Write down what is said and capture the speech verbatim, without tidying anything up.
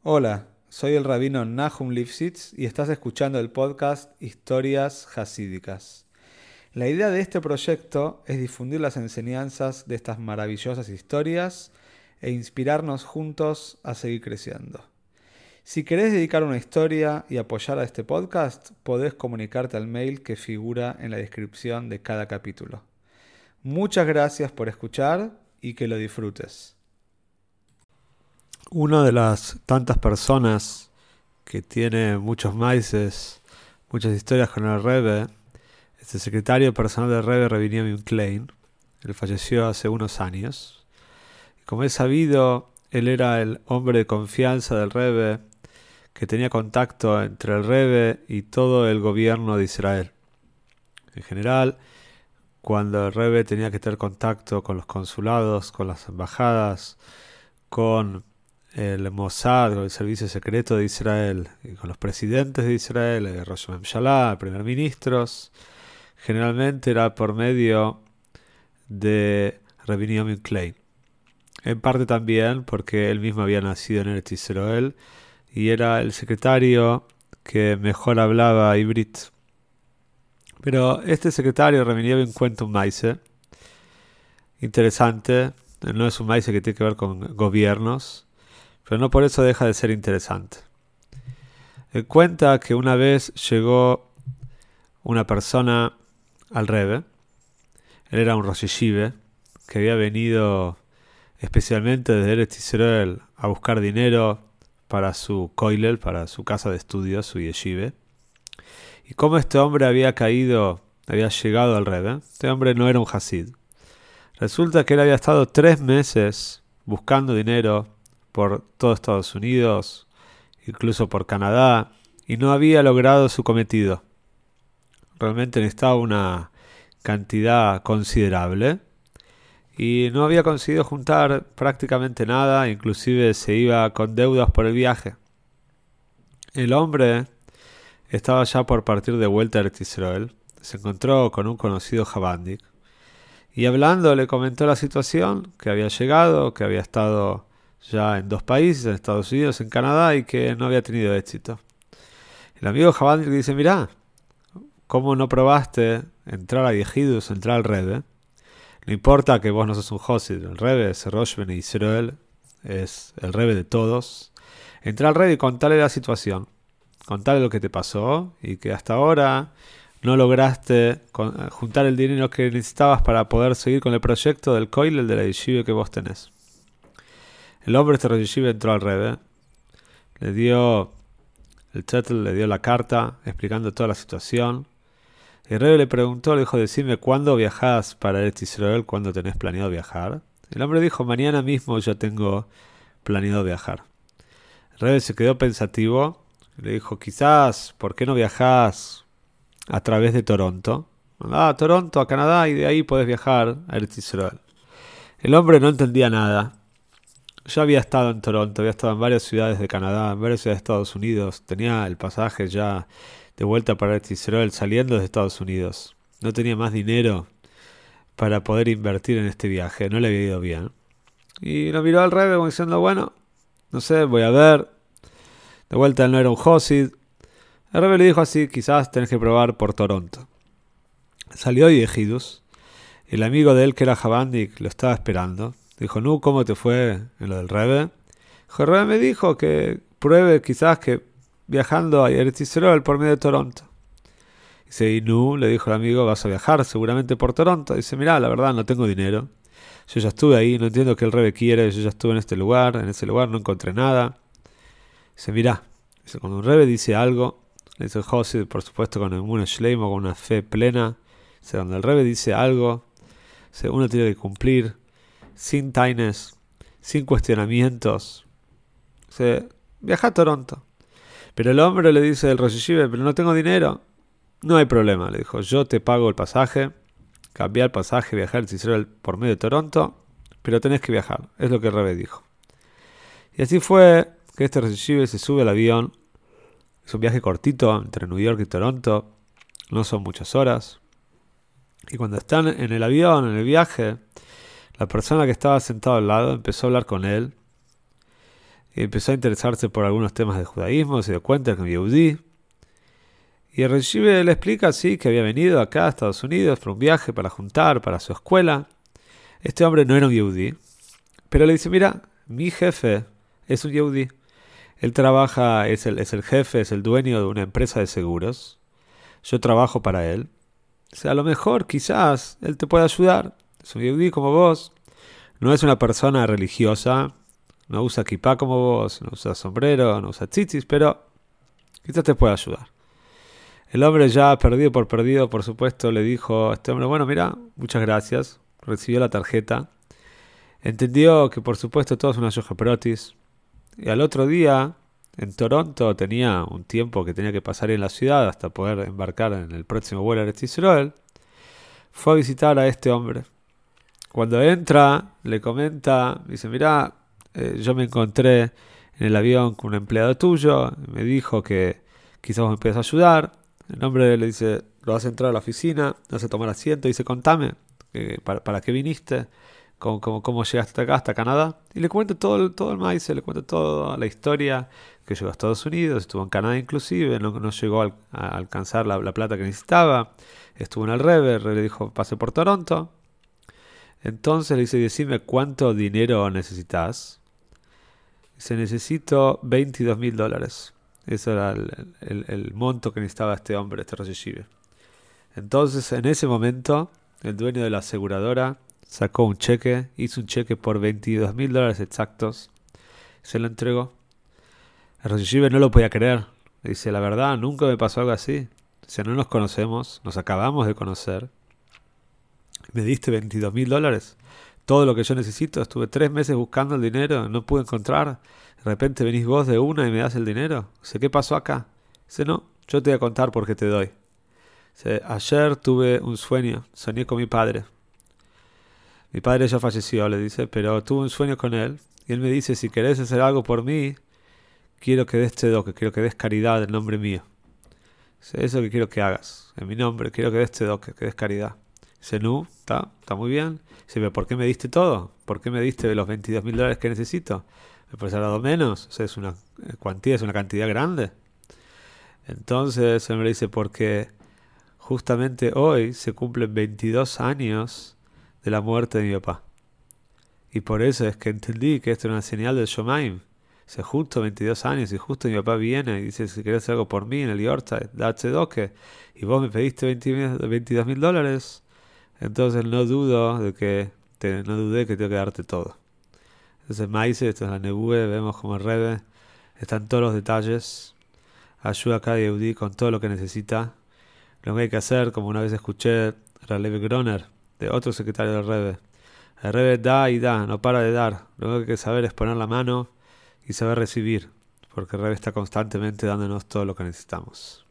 Hola, soy el rabino Nahum Lifshitz y estás escuchando el podcast Historias Hasídicas. La idea de este proyecto es difundir las enseñanzas de estas maravillosas historias e inspirarnos juntos a seguir creciendo. Si querés dedicar una historia y apoyar a este podcast, podés comunicarte al mail que figura en la descripción de cada capítulo. Muchas gracias por escuchar y que lo disfrutes. Una de las tantas personas que tiene muchos maices, muchas historias con el Rebbe, es el secretario personal del Rebbe, Rabbi Binyamin Klein. Él falleció hace unos años. Como es sabido, él era el hombre de confianza del Rebbe, que tenía contacto entre el Rebbe y todo el gobierno de Israel. En general, cuando el Rebbe tenía que tener contacto con los consulados, con las embajadas, con el Mossad, con el servicio secreto de Israel, y con los presidentes de Israel, el Rosh Hashanah, primer ministros, generalmente era por medio de Rabbi Binyamin Klein. En parte también porque él mismo había nacido en Eretz Israel y era el secretario que mejor hablaba ibrit. Pero este secretario, Rabbi Binyamin, cuenta un maise interesante. No es un maise que tiene que ver con gobiernos, pero no por eso deja de ser interesante. Él cuenta que una vez llegó una persona al Rebbe. Él era un Rosh Yeshiva que había venido especialmente desde Eretz Israel a buscar dinero para su koilel, para su casa de estudios, su yeshiva. Y como este hombre había caído, había llegado al Rebbe, este hombre no era un Hasid. Resulta que él había estado tres meses buscando dinero por todo Estados Unidos, incluso por Canadá, y no había logrado su cometido. Realmente necesitaba una cantidad considerable y no había conseguido juntar prácticamente nada, inclusive se iba con deudas por el viaje. El hombre estaba ya por partir de vuelta a Eretz Israel, se encontró con un conocido Jabandik y hablando le comentó la situación, que había llegado, que había estado ya en dos países, en Estados Unidos, en Canadá, y que no había tenido éxito. El amigo Jabandik dice, mirá, ¿cómo no probaste entrar a Yehidus, entrar al Rebbe? No importa que vos no sos un Josid, el Rebbe es Rosh Bnei Israel, es el Rebbe de todos. Entra al Rebbe y contale la situación, contale lo que te pasó y que hasta ahora no lograste juntar el dinero que necesitabas para poder seguir con el proyecto del koilel de la yeshiva que vos tenés. El hombre este Rosh Yeshiva entró al Rebbe, le dio el chetl, le dio la carta explicando toda la situación. El Rebbe le preguntó, le dijo, decime cuándo viajás para Eretz Israel, cuándo tenés planeado viajar. El hombre dijo, mañana mismo ya tengo planeado viajar. El Rebbe se quedó pensativo, le dijo, quizás, ¿por qué no viajás a través de Toronto? Ah, a Toronto, a Canadá, y de ahí podés viajar a Eretz Israel. El hombre no entendía nada. Ya había estado en Toronto, había estado en varias ciudades de Canadá, en varias ciudades de Estados Unidos, tenía el pasaje ya de vuelta para Eretz Israel saliendo de Estados Unidos. No tenía más dinero para poder invertir en este viaje, no le había ido bien. Y lo miró al Rebbe como diciendo, bueno, no sé, voy a ver. De vuelta él no era un Josid. El Rebbe le dijo así, quizás tenés que probar por Toronto. Salió y Yehidus. El amigo de él, que era Jabandik, lo estaba esperando. Dijo, no, ¿cómo te fue en lo del Rebbe? Dijo, el Rebbe me dijo que pruebe quizás que viajando a Eretz Israel por medio de Toronto. Dice, y no, le dijo el amigo, vas a viajar seguramente por Toronto. Dice, mirá, la verdad no tengo dinero. Yo ya estuve ahí, no entiendo qué el Rebbe quiere, yo ya estuve en este lugar, en ese lugar no encontré nada. Dice, mirá, dice, cuando un Rebbe dice algo, le dice el Josid, por supuesto con una shleimo, con una fe plena. Dice, cuando el Rebbe dice algo, dice, uno tiene que cumplir, sin taines, sin cuestionamientos. Dice, viaja a Toronto. Pero el hombre le dice al Rosh Yeshiva, pero no tengo dinero. No hay problema, le dijo, yo te pago el pasaje, cambiar el pasaje, viajar a Israel por medio de Toronto, pero tenés que viajar, es lo que el Rebbe dijo. Y así fue que este Rosh Yeshiva se sube al avión, es un viaje cortito entre New York y Toronto, no son muchas horas, y cuando están en el avión, en el viaje, la persona que estaba sentada al lado empezó a hablar con él, y empezó a interesarse por algunos temas del judaísmo, se dio cuenta que era un yehudí. Y el Reshive le explica así que había venido acá a Estados Unidos por un viaje para juntar para su escuela. Este hombre no era un yehudí, pero le dice, mira, mi jefe es un yehudí. Él trabaja, es el, es el jefe, es el dueño de una empresa de seguros. Yo trabajo para él. O sea, a lo mejor, quizás, él te puede ayudar. Es un yehudí como vos. No es una persona religiosa. No usa kippah como vos. No usa sombrero, no usa tzitzis, pero quizás te puede ayudar. El hombre ya perdido por perdido, por supuesto, le dijo a este hombre, bueno, mira, muchas gracias. Recibió la tarjeta. Entendió que, por supuesto, todo es una yoja protis. Y al otro día, en Toronto, tenía un tiempo que tenía que pasar en la ciudad hasta poder embarcar en el próximo vuelo a Eretz Israel. Fue a visitar a este hombre. Cuando entra, le comenta, dice, mira, eh, yo me encontré en el avión con un empleado tuyo, me dijo que quizás vos me puedas ayudar. El hombre le dice, lo vas a entrar a la oficina, vas a tomar asiento, y dice, contame, eh, para, ¿para qué viniste? ¿Cómo, cómo, cómo llegaste hasta acá, hasta Canadá? Y le cuenta todo el, todo el maíz, le cuenta toda la historia, que llegó a Estados Unidos, estuvo en Canadá inclusive, no, no llegó a, a alcanzar la, la plata que necesitaba, estuvo en el Rebbe, el Rebbe le dijo, pase por Toronto. Entonces le dice, decime cuánto dinero necesitas. Dice, necesito veintidós mil dólares. Ese era el, el, el monto que necesitaba este hombre, este Rosh Yeshiva. Entonces, en ese momento, el dueño de la aseguradora sacó un cheque, hizo un cheque por veintidós mil dólares exactos, se lo entregó. El Rosh Yeshiva no lo podía creer. Le dice, la verdad, nunca me pasó algo así. Dice, no nos conocemos, nos acabamos de conocer. Me diste veintidós mil dólares. Todo lo que yo necesito. Estuve tres meses buscando el dinero, no pude encontrar. De repente venís vos de una y me das el dinero. Dice, ¿qué pasó acá? Dice, no, yo te voy a contar por qué te doy. Dice, ayer tuve un sueño, soñé con mi padre. Mi padre ya falleció, le dice, pero tuve un sueño con él. Y él me dice, si querés hacer algo por mí, quiero que des tzedakah, quiero que des caridad en nombre mío. Dice, eso que quiero que hagas, en mi nombre, quiero que des tzedakah, que des caridad. Dice, no, está, está muy bien. Dice, pero ¿por qué me diste todo? ¿Por qué me diste los veintidós mil dólares que necesito? ¿Me puedes haber dado menos? O sea, es una cuantía, es una cantidad grande. Entonces él me dice, porque justamente hoy se cumplen veintidós años de la muerte de mi papá. Y por eso es que entendí que esto era una señal del Shomaim. Dice, justo veintidós años y justo mi papá viene y dice, si querés hacer algo por mí en el Yorkshire, da tzedakah, y vos me pediste veintidós mil dólares. Entonces no dudo de que te, no dudé que tengo que darte todo. Entonces Maíz, esto es la Nebue, vemos como el Rebbe, están todos los detalles, ayuda a cada yehudí con todo lo que necesita. Lo que hay que hacer, como una vez escuché a Levi Groner, de otro secretario del Rebbe, el Rebbe da y da, no para de dar. Lo que hay que saber es poner la mano y saber recibir, porque el Rebbe está constantemente dándonos todo lo que necesitamos.